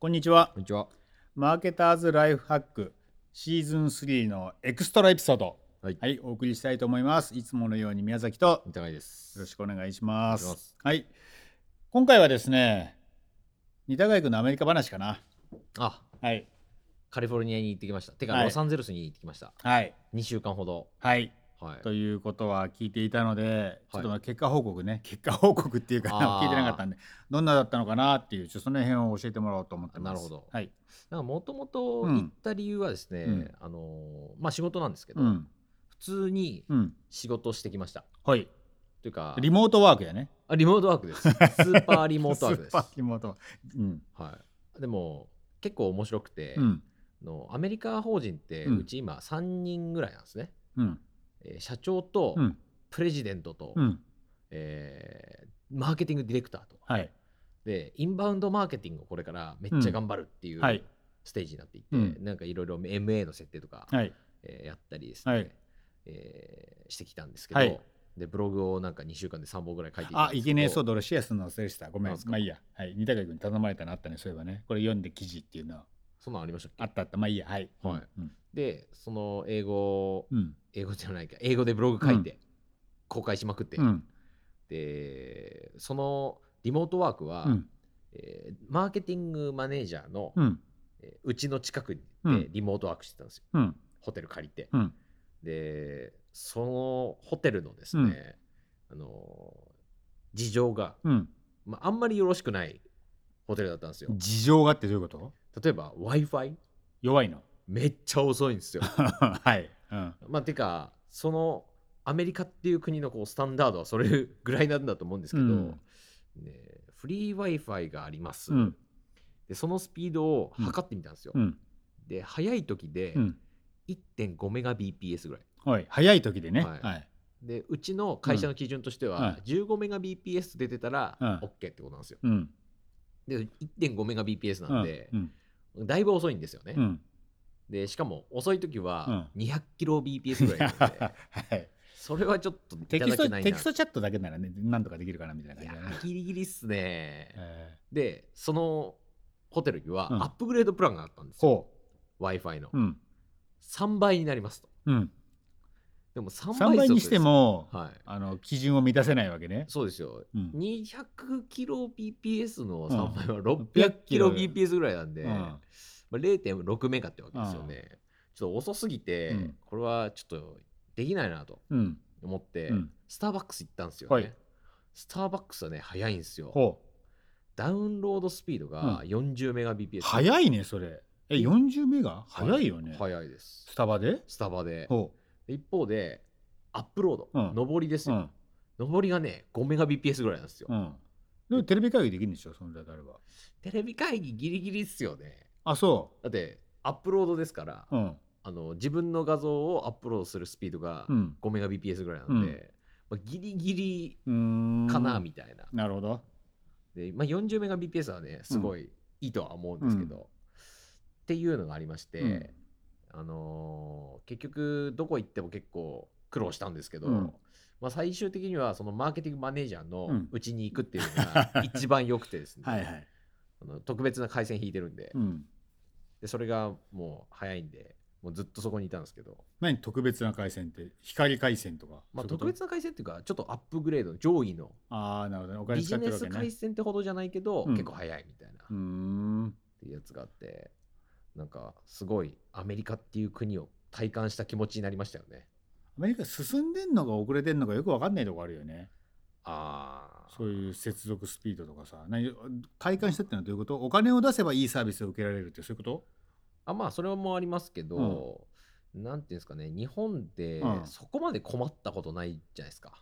こんにちは。 こんにちは。 マーケターズライフハックシーズン3のエクストラエピソード、 はい、 お送りしたいと思います。いつものように宮崎と三高です。 よろしくお願いします。 お願いします。 はい。今回はですね、三高君のアメリカ話かな。はい。 カリフォルニアに行ってきました。てか、 はい、 ロサンゼルスに行ってきました。 はい。 2週間ほど。 はい。 はい。 ということは聞いていたので、ちょっとはい結果報告ね、結果報告っていうか聞いてなかったんで、どんなだったのかなっていう、その辺を教えてもらおうと思ってます。 なるほど。 はい。 なんかもともと行った理由はですね、仕事なんですけど、普通に仕事してきました。 はい。 というか、 リモートワークやね。 リモートワークです。スーパーリモートワークです。 スーパーリモートワーク。 はい。でも、結構面白くて、アメリカ法人ってうち今3人ぐらいなんですね。社長とプレジデントと、マーケティングディレクターと、でインバウンドマーケティングをこれからめっちゃ頑張るっていうステージになっていて、なんかいろいろ MA の設定とか、やったりですね、してきたんですけど、でブログをなんか2週間で3本ぐらい書いていたんですけど、 いけねえ、そうだ、俺シェアするの忘れてた。ごめん、まあいいや。二高君に頼まれたのあったね、そういえばね。これ読んで記事っていうのは。 そんなのありましたっけ？ あった、まあいいや。はい。 で、その英語じゃないか、英語でブログ書いて、公開しまくって、で、そのリモートワークは、マーケティングマネージャーの、うちの近くでリモートワークしてたんですよ。ホテル借りて。で、そのホテルのですね、事情が、あんまりよろしくないホテルだったんですよ。 事情がってどういうこと？ 例えば Wi-Fi 弱いの？ めっちゃ遅いんですよ。 はい。 てかそのアメリカっていう国のこうスタンダードはそれぐらいなんだと思うんですけど、フリー Wi-Fi があります。でそのスピードを測ってみたんですよ。で速い時で 1.5 メガ BPS ぐらい。 速い時でね。 でうちの会社の基準としては15メガ BPS 出てたら OK ってことなんですよ。で 1.5 メガ BPS なんで、だいぶ遅いんですよね。でしかも遅い時は200キロ BPS ぐらいなので、それはちょっといただけないな。 テキストチャットだけならね、なんとかできるかなみたいな感じだね。 ギリギリっすね。でそのホテルにはアップグレードプランがあったんですよ。Wi-Fi の3倍になりますと。でも3倍にしても、基準を満たせないわけね。 そうですよ。200キロ BPS の3倍は600キロ BPS ぐらいなんで、0.6 メガってわけですよね。ちょっと遅すぎて、これはちょっとできないなと思って、スターバックス行ったんですよね。スターバックスはね、早いんですよ。ダウンロードスピードが40メガ BPS。 早いね、それ。40メガ？早いよね。 早いです。 スタバで？ スタバで。一方で、アップロード、上りですよ。上りがね、5メガ BPS ぐらいなんですよ。 でもテレビ会議できるんでしょ、そんなであれば。 テレビ会議ギリギリっすよね。 そう。 だって、アップロードですから、自分の画像をアップロードするスピードが5メガ BPS ぐらいなんで、ギリギリかなみたいな。 なるほど。 で、40メガ BPS はね、すごいいいとは思うんですけど、っていうのがありまして、結局どこ行っても結構苦労したんですけど、最終的にはそのマーケティングマネージャーのうちに行くっていうのが一番良くてですね、特別な回線引いてるんで、でそれがもう早いんで、もうずっとそこにいたんですけど。 何特別な回線って？光回線とか？ 特別な回線っていうか、ちょっとアップグレード上位のなるほどね、お金ビジネス回線ってほどじゃないけど、結構早いみたいなっていうやつがあって、なんかすごいアメリカっていう国を体感した気持ちになりましたよね。 アメリカ進んでんのか遅れてんのかよく分かんないとこあるよね。そういう接続スピードとかさ、体感したってのはどういうこと？お金を出せばいいサービスを受けられるってそういうこと？ それもありますけど、なんていうんですかね、日本でそこまで困ったことないじゃないですか。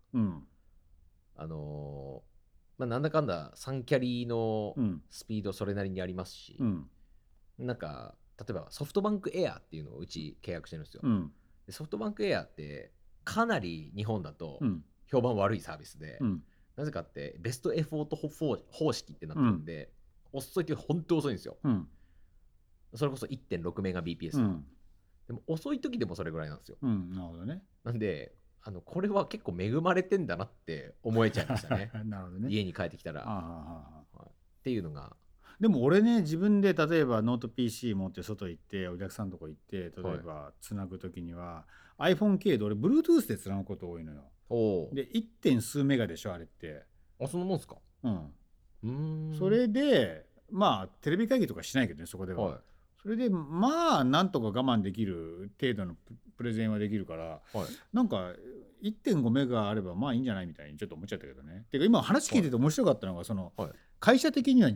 なんだかんだ3キャリのスピードそれなりにありますし、なんか例えばソフトバンクエアっていうのをうち契約してるんですよ。でソフトバンクエアってかなり日本だと評判悪いサービスで、なぜかってベストエフォート方式ってなってるんで、遅い時は本当遅いんですよ。それこそ 1.6 メガ BPS、でも遅い時でもそれぐらいなんですよ。 なるほどね。 なんでこれは結構恵まれてんだなって思えちゃいましたね。 なるほどね。 家に帰ってきたらっていうのが。 でも俺ね、自分で例えばノート PC 持って外行ってお客さんのとこ行って例えばつなぐときには、iPhone 系で俺 Bluetooth でつなぐこと多いのよ。で 1. 点数メガでしょあれって。 あ、そのもんすか。 それでまあテレビ会議とかしないけどねそこでは、それでまあなんとか我慢できる程度のプレゼンはできるから、なんか 1.5 メガあればまあいいんじゃないみたいにちょっと思っちゃったけどね。てか今話聞いてて面白かったのがその、会社的には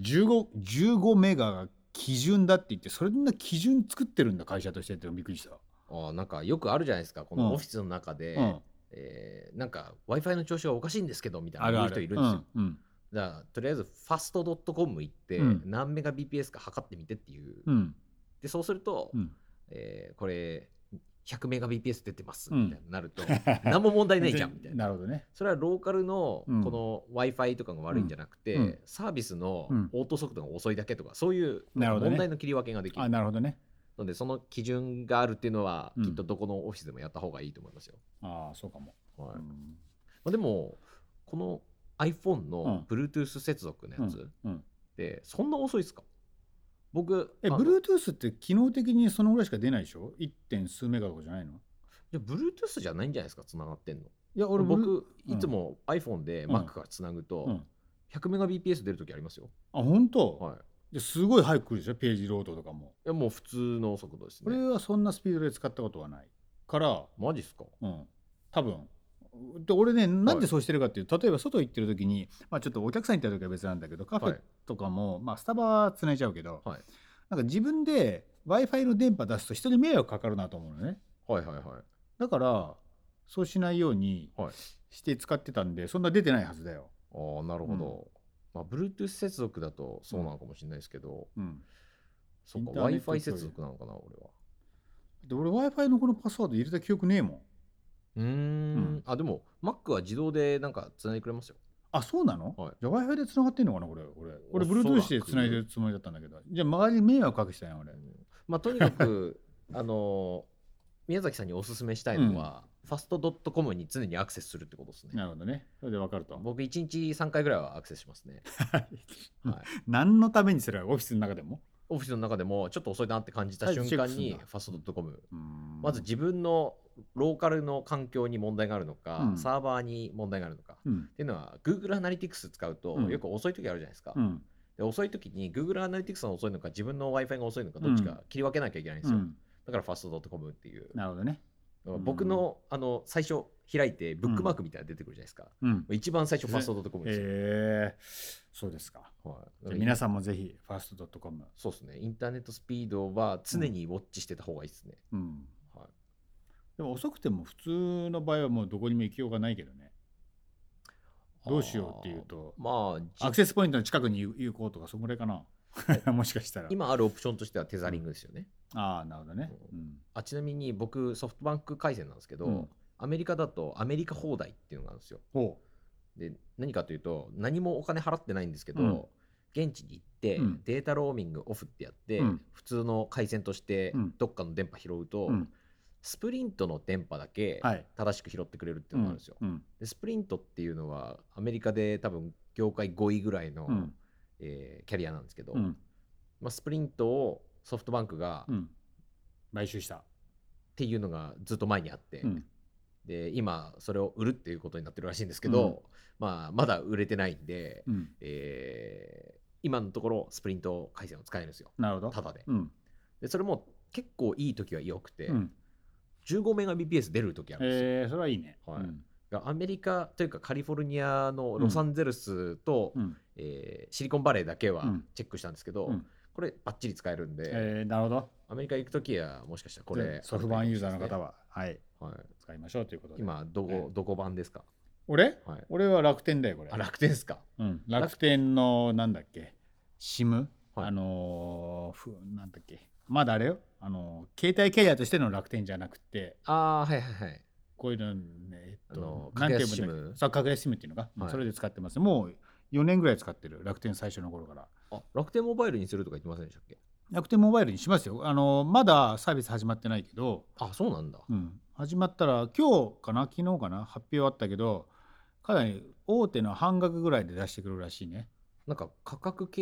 15メガが基準だって言って、それな基準作ってるんだ会社としてってびっくりした。 なんかよくあるじゃないですか、このオフィスの中で、なんか Wi-Fi の調子はおかしいんですけどみたいな言う人いるんですよ。だからとりあえずファスト .com 行って、何メガ BPS か測ってみてっていう、でそうすると、これ100メガ BPS 出てますみたいになると、何も問題ないじゃんみたいな。 なるほどね。 それはローカルのこの Wi-Fi とかが悪いんじゃなくて、サービスのオート速度が遅いだけとか、そういう問題の切り分けができる。 なるほどね。 なのでその基準があるっていうのは、きっとどこのオフィスでもやった方がいいと思いますよ。 ああ、そうかも。 でもこの iPhone の Bluetooth 接続のやつってそんな遅いですか？僕 Bluetooth って機能的にそのぐらいしか出ないでしょ？ 1. 点数メガとかじゃないの？ いや Bluetooth じゃないんじゃないですか、つながってんの。 いや僕いつも iPhone で Mac からつなぐと100メガ BPS 出るときありますよ。 あ、本当？すごい早く来るでしょページロードとかも。 いやもう普通の速度ですね。 俺はそんなスピードで使ったことはないから。 マジっすか？ 多分で俺ね、なんでそうしてるかっていう、例えば外行ってる時に、まあ、ちょっとお客さん行った時は別なんだけど、カフェとかも、まあ、スタバはつないちゃうけど、なんか自分で Wi-Fi の電波出すと人に迷惑かかるなと思うのね。だからそうしないようにして使ってたんで、そんな出てないはずだよ。 ああ、なるほど。まあ Bluetooth 接続だとそうなのかもしれないですけど、そっか Wi-Fi 接続なのかな俺は。 で俺 Wi-Fi のこのパスワード入れた記憶ねえもん。 あ、でも Mac は自動でなんかつないでくれますよ。 あ、そうなの？じゃあ Wi-Fi でつながってんのかなこれ。俺 Bluetooth でつないでるつもりだったんだけど、じゃあ周りに迷惑かけしたんや俺。 まあとにかく宮崎さんにおすすめしたいのは、ファスト .com に常にアクセスするってことですね。 なるほどね。それで分かると。 僕1日3回ぐらいはアクセスしますね。 何のためにすればオフィスの中でも？ オフィスの中でもちょっと遅いなって感じた瞬間にファスト .com、まず自分のローカルの環境に問題があるのか、サーバーに問題があるのか、っていうのは Google Analytics 使うと、よく遅い時あるじゃないですか。で遅い時に Google Analytics が遅いのか自分の Wi-Fi が遅いのかどっちか切り分けなきゃいけないんですよ。だから fast.com っていう。 なるほどね。 僕の最初開いてブックマークみたいなの出てくるじゃないですか。一番最初 fast.com ですよ。 そうですか。皆さんもぜひ fast.com。 そうですね。インターネットスピードは常にウォッチしてた方がいいですね。 でも遅くても普通の場合はもうどこにも行きようがないけどね。どうしようっていうと、まあアクセスポイントの近くに行こうとかそんぐらいかな。もしかしたら今あるオプションとしてはテザリングですよね。 ああ、なるほどね。 ちなみに僕ソフトバンク回線なんですけど、アメリカだとアメリカ放題っていうのがあるんですよ。で何かというと何もお金払ってないんですけど、現地に行ってデータローミングオフってやって、普通の回線としてどっかの電波拾うと、スプリントの電波だけ正しく拾ってくれるっていうのがあるんですよ。でスプリントっていうのはアメリカで多分業界5位ぐらいの、キャリアなんですけど、スプリントをソフトバンクが買収したっていうのがずっと前にあって、で今それを売るっていうことになってるらしいんですけど、まだ売れてないんで、今のところスプリント回線を使えるんですよ。 なるほど。 ただで。でそれも結構いい時は良くて、15メガ BPS 出る時あるんですよ。 それはいいね。 アメリカというかカリフォルニアのロサンゼルスと、シリコンバレーだけはチェックしたんですけど、これバッチリ使えるんで、 なるほど。 アメリカ行くときはもしかしたらこれソフトバンクユーザーの方は、使いましょうということで。 今どこ版ですか？ 俺は楽天だよこれ。 楽天ですか？ 楽天のなんだっけ SIM、なんだっけ、まだあれよ、携帯キャリアとしての楽天じゃなくて、こういうのね、 格安 SIM、 格安 SIMっていうのが、それで使ってます。もう4年ぐらい使ってる、楽天最初の頃から。 楽天モバイルにするとか言ってませんでしたっけ？ 楽天モバイルにしますよ。まだサービス始まってないけど。 そうなんだ。 始まったら今日かな昨日かな発表あったけど、かなり大手の半額ぐらいで出してくるらしいね。 なんか価格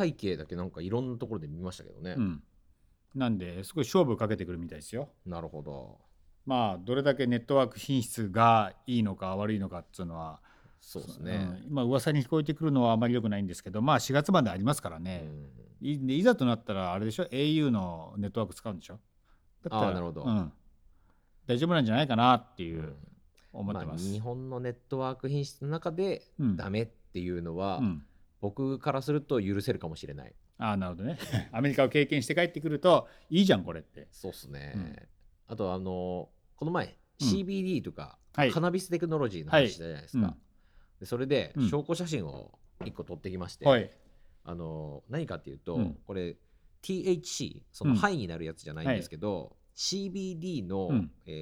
体系だけなんかいろんなところで見ましたけどね。 なんですごい勝負かけてくるみたいですよ。 なるほど。 まあどれだけネットワーク品質がいいのか悪いのかっていうのはそうですね。 まあ噂に聞こえてくるのはあまり良くないんですけど、まあ4月までありますからね。いざとなったらあれでしょ、 au のネットワーク使うんでしょ。だったらなるほど、 大丈夫なんじゃないかなっていう思ってます。 日本のネットワーク品質の中でダメっていうのは、僕からすると許せるかもしれない。 なるほどね。アメリカを経験して帰ってくるといいじゃんこれって。 そうっすね。あとこの前 CBD とか、カナビステクノロジーの話したじゃないですか。でそれで証拠写真を1個撮ってきまして、何かっていうと、これ THC そのハイになるやつじゃないんですけど、CBD の、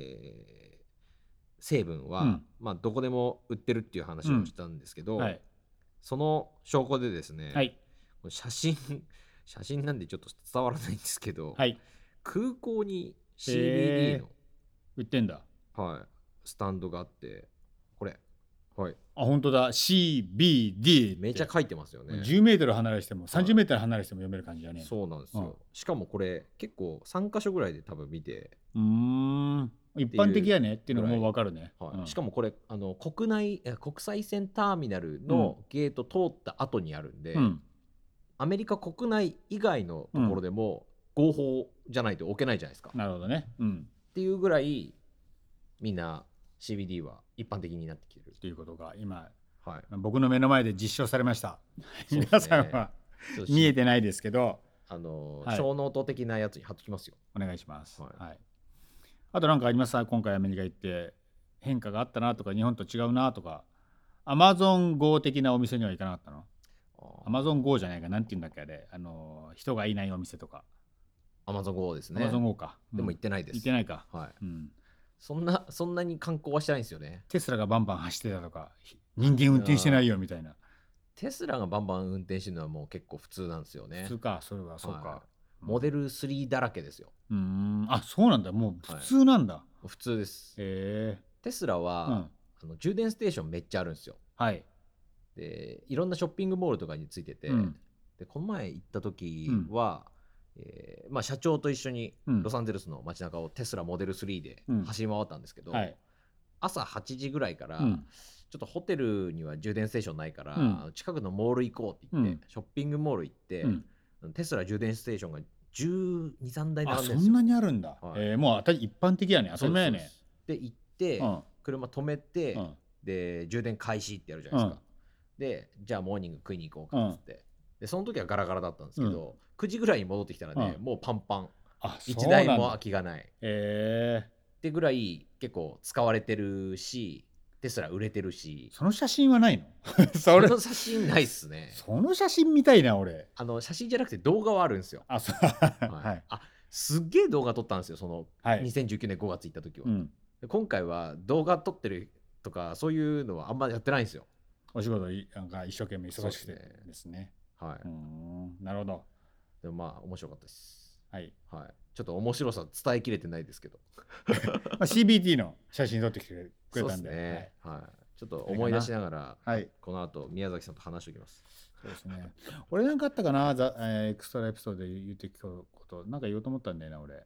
成分は、まあどこでも売ってるっていう話をしたんですけど、その証拠でですね、写真なんでちょっと伝わらないんですけど、空港に CBD の売ってんだ。 スタンドがあって、これ本当だ、 CBD めちゃ書いてますよね。 10メートル離れしても30メートル離れしても読める感じだね。 そうなんですよ。しかもこれ結構3箇所ぐらいで多分見て、 一般的やねっていうのも分かるね。 しかもこれ国際線ターミナルのゲート通った後にあるんで、アメリカ国内以外のところでも合法じゃないと置けないじゃないですか。 なるほどね。 っていうぐらいみんな CBD は一般的になってきてるっていうことが今、僕の目の前で実証されました。皆さんは見えてないですけど、 小ノート的なやつに貼っときますよ。 お願いします。あと何かありますか？今回アメリカ行って変化があったなとか、日本と違うなとか。アマゾン GO 的なお店には行かなかったの？アマゾン GO じゃないか、なんていうんだっけあれ、人がいないお店とか。 アマゾン GO ですね。 アマゾン GO か。 でも行ってないです。 行ってないか。そんなに観光はしてないんですよね。 テスラがバンバン走ってたとか、人間運転してないよみたいな。 テスラがバンバン運転してるのはもう結構普通なんですよね。 普通か、それはそうか。 モデル3だらけですよ。 そうなんだ。もう普通なんだ。 普通です。テスラは充電ステーションめっちゃあるんですよ。でいろんなショッピングモールとかについてて、でこの前行った時は、まあ、社長と一緒にロサンゼルスの街中をテスラモデル3で走り回ったんですけど、朝8時ぐらいから、ちょっとホテルには充電ステーションないから、近くのモール行こうって言って、ショッピングモール行って、テスラ充電ステーションが12、3台並んでるんですよ。 そんなにあるんだ。もう一般的やね。当たり前やね。 で行って、車止めて、で充電開始ってやるじゃないですか。でじゃあモーニング食いに行こうかっつって、でその時はガラガラだったんですけど、9時ぐらいに戻ってきたらね、もうパンパン。1台も空きがない。ってぐらい結構使われてるし、テスラ売れてるし。 その写真はないの？ その写真ないっすね。 その写真見たいな俺。 写真じゃなくて動画はあるんですよ。すっげえ動画撮ったんですよ、その2019年5月行った時は。今回は動画撮ってるとかそういうのはあんまりやってないんですよ。 お仕事なんか一生懸命忙しくてですね。なるほど。 でもまあ面白かったです。ちょっと面白さ伝えきれてないですけど CBT の写真撮ってきてくれたんで、 ちょっと思い出しながら、この後宮崎さんと話しておきます。 そうですね。俺なんかあったかな、エクストラエピソードで言ってきたことなんか言おうと思ったんだよな俺。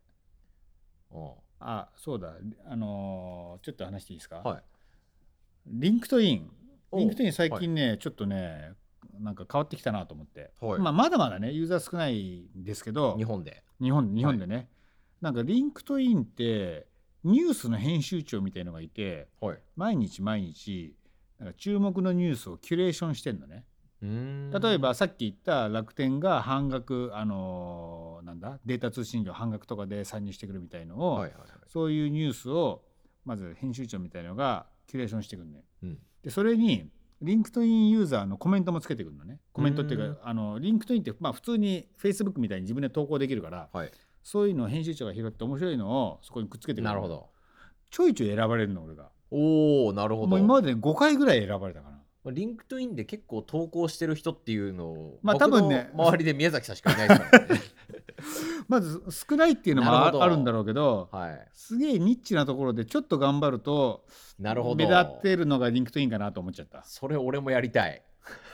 そうだ、ちょっと話していいですか？リンクトイン最近ねちょっとねなんか変わってきたなと思って、まだまだねユーザー少ないんですけど、日本でね、なんかリンクトインってニュースの編集長みたいのがいて、毎日なんか注目のニュースをキュレーションしてんのね。例えばさっき言った楽天が半額なんだデータ通信料半額とかで参入してくるみたいのを、そういうニュースをまず編集長みたいのがキュレーションしてくるね。でそれにリンクトインユーザーのコメントもつけてくるのね。コメントっていうかリンクトインって普通に Facebook みたいに自分で投稿できるから、そういうのを編集長が拾って面白いのをそこにくっつけてくる。 なるほど。 ちょいちょい選ばれるの俺が。 なるほど。 もう今まで5回ぐらい選ばれたかな。 リンクトインで結構投稿してる人っていうのを、 多分ね、 僕の周りで宮崎さんしかいないですからねまず少ないっていうのもあるんだろうけど、すげえニッチなところでちょっと頑張ると目立ってるのがリンクトインかなと思っちゃった。 それ俺もやりたい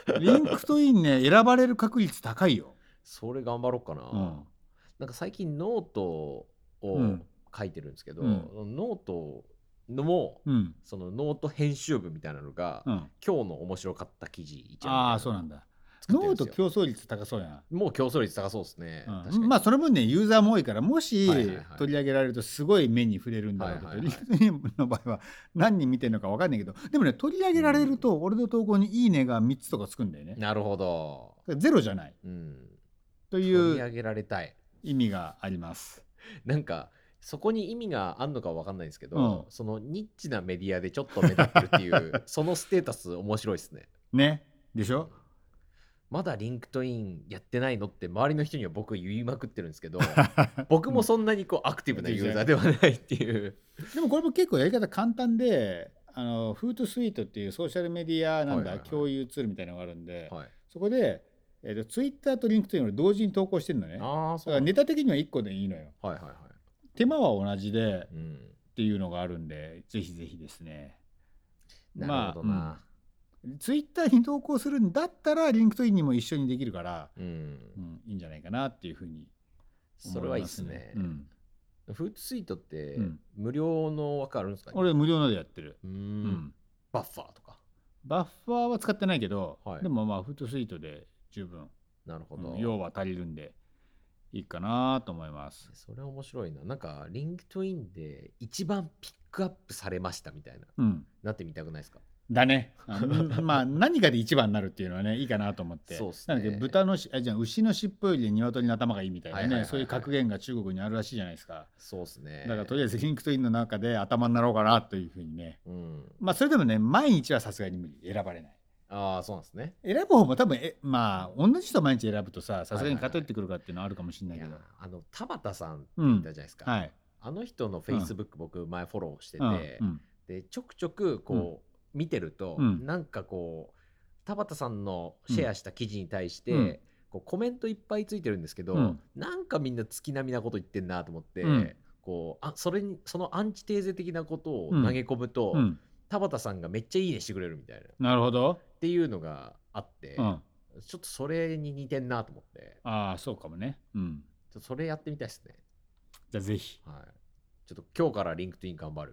リンクトインね選ばれる確率高いよ。 それ頑張ろうかな、なんか最近ノートを書いてるんですけど、ノートのも、そのノート編集部みたいなのが、今日の面白かった記事一覧。 ああそうなんだ。ノート競争率高そうやな。 もう競争率高そうですね。 まあその分ねユーザーも多いから、もし取り上げられるとすごい目に触れるんだろうけど、リンクトインの場合は何人見てるのか分かんないけど、でもね取り上げられると俺の投稿にいいねが3つとかつくんだよね。 なるほど。 ゼロじゃない、という取り上げられたい意味があります。 なんかそこに意味があるのか分かんないんですけど、そのニッチなメディアでちょっと目立ってるっていうそのステータス面白いですね。 ねでしょ。 まだリンクトインやってないのって周りの人には僕言いまくってるんですけど僕もそんなにこうアクティブなユーザーではないっていうでもこれも結構やり方簡単で、フートスイートっていうソーシャルメディアなんだ、共有ツールみたいなのがあるんで、そこで、ツイッターとリンクトインを同時に投稿してるのね。だからネタ的には1個でいいのよ。手間は同じで、っていうのがあるんで、ぜひぜひですね。 なるほどな。 ツイッターに投稿するんだったらリンクトインにも一緒にできるから、いいんじゃないかなっていうふうに思いますね。 それはいいですね。フートスイートって無料の枠あるんですかね。 俺無料のでやってる。 バッファーとか。 バッファーは使ってないけど、でもまあフートスイートで十分、 なるほど、 用は足りるんでいいかなと思います。 それ面白いな。なんかリンクトインで一番ピックアップされましたみたいな、なってみたくないですか。 だね。まあ何かで一番になるっていうのはねいいかなと思って。 そうですね。 なので豚のじゃあ牛の尻尾より鶏の頭がいいみたいなね、そういう格言が中国にあるらしいじゃないですか。 そうですね。 だからとりあえずリンクトインの中で頭になろうかなというふうにね。まあそれでもね毎日はさすがに無理、選ばれない。 ああそうなんですね。 選ぶ方も多分まあ同じ人毎日選ぶとさすがに偏ってくるかっていうのはあるかもしれないけど、 田畑さんって言ったじゃないですか。あの人のフェイスブック僕前フォローしてて、でちょくちょくこう見てると、なんかこう田畑さんのシェアした記事に対して、こうコメントいっぱいついてるんですけど、なんかみんな月並みなこと言ってんなと思って、こうそのアンチテーゼ的なことを投げ込むと、田畑さんがめっちゃいいねしてくれるみたいな。 なるほど。 っていうのがあって、ちょっとそれに似てんなと思って。 ああそうかもね。ちょっとそれやってみたいですね。 じゃあぜひ。 ちょっと今日からリンクトイン頑張る。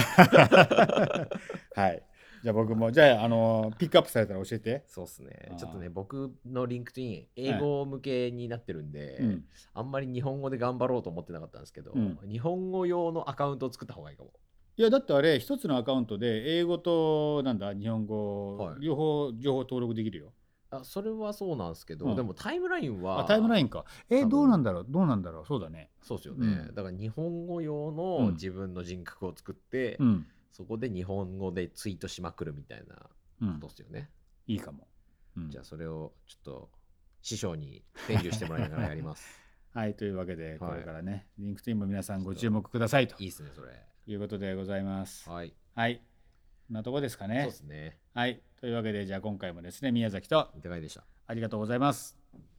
はい。じゃあ僕もじゃあピックアップされたら教えて。 そうですね。ちょっとね僕のリンクトイン英語向けになってるんで、あんまり日本語で頑張ろうと思ってなかったんですけど、日本語用のアカウントを作った方がいいかも。 いやだってあれ一つのアカウントで英語となんだ日本語、両方情報登録できるよ。 それはそうなんですけど、でもタイムラインはタイムラインか。どうなんだろうそうだね。 そうですよね。だから日本語用の自分の人格を作って、そこで日本語でツイートしまくるみたいなことですよね。 いいかも。 じゃあそれをちょっと師匠に伝授してもらいながらやります。 はいというわけでこれからね、リンクトインも皆さんご注目くださいと。 いいですねそれ。 いうことでございます。 はい。 はい。こんなとこですかね。 そうですね。 はい。というわけでじゃあ今回もですね宮崎といかがでした。 ありがとうございます。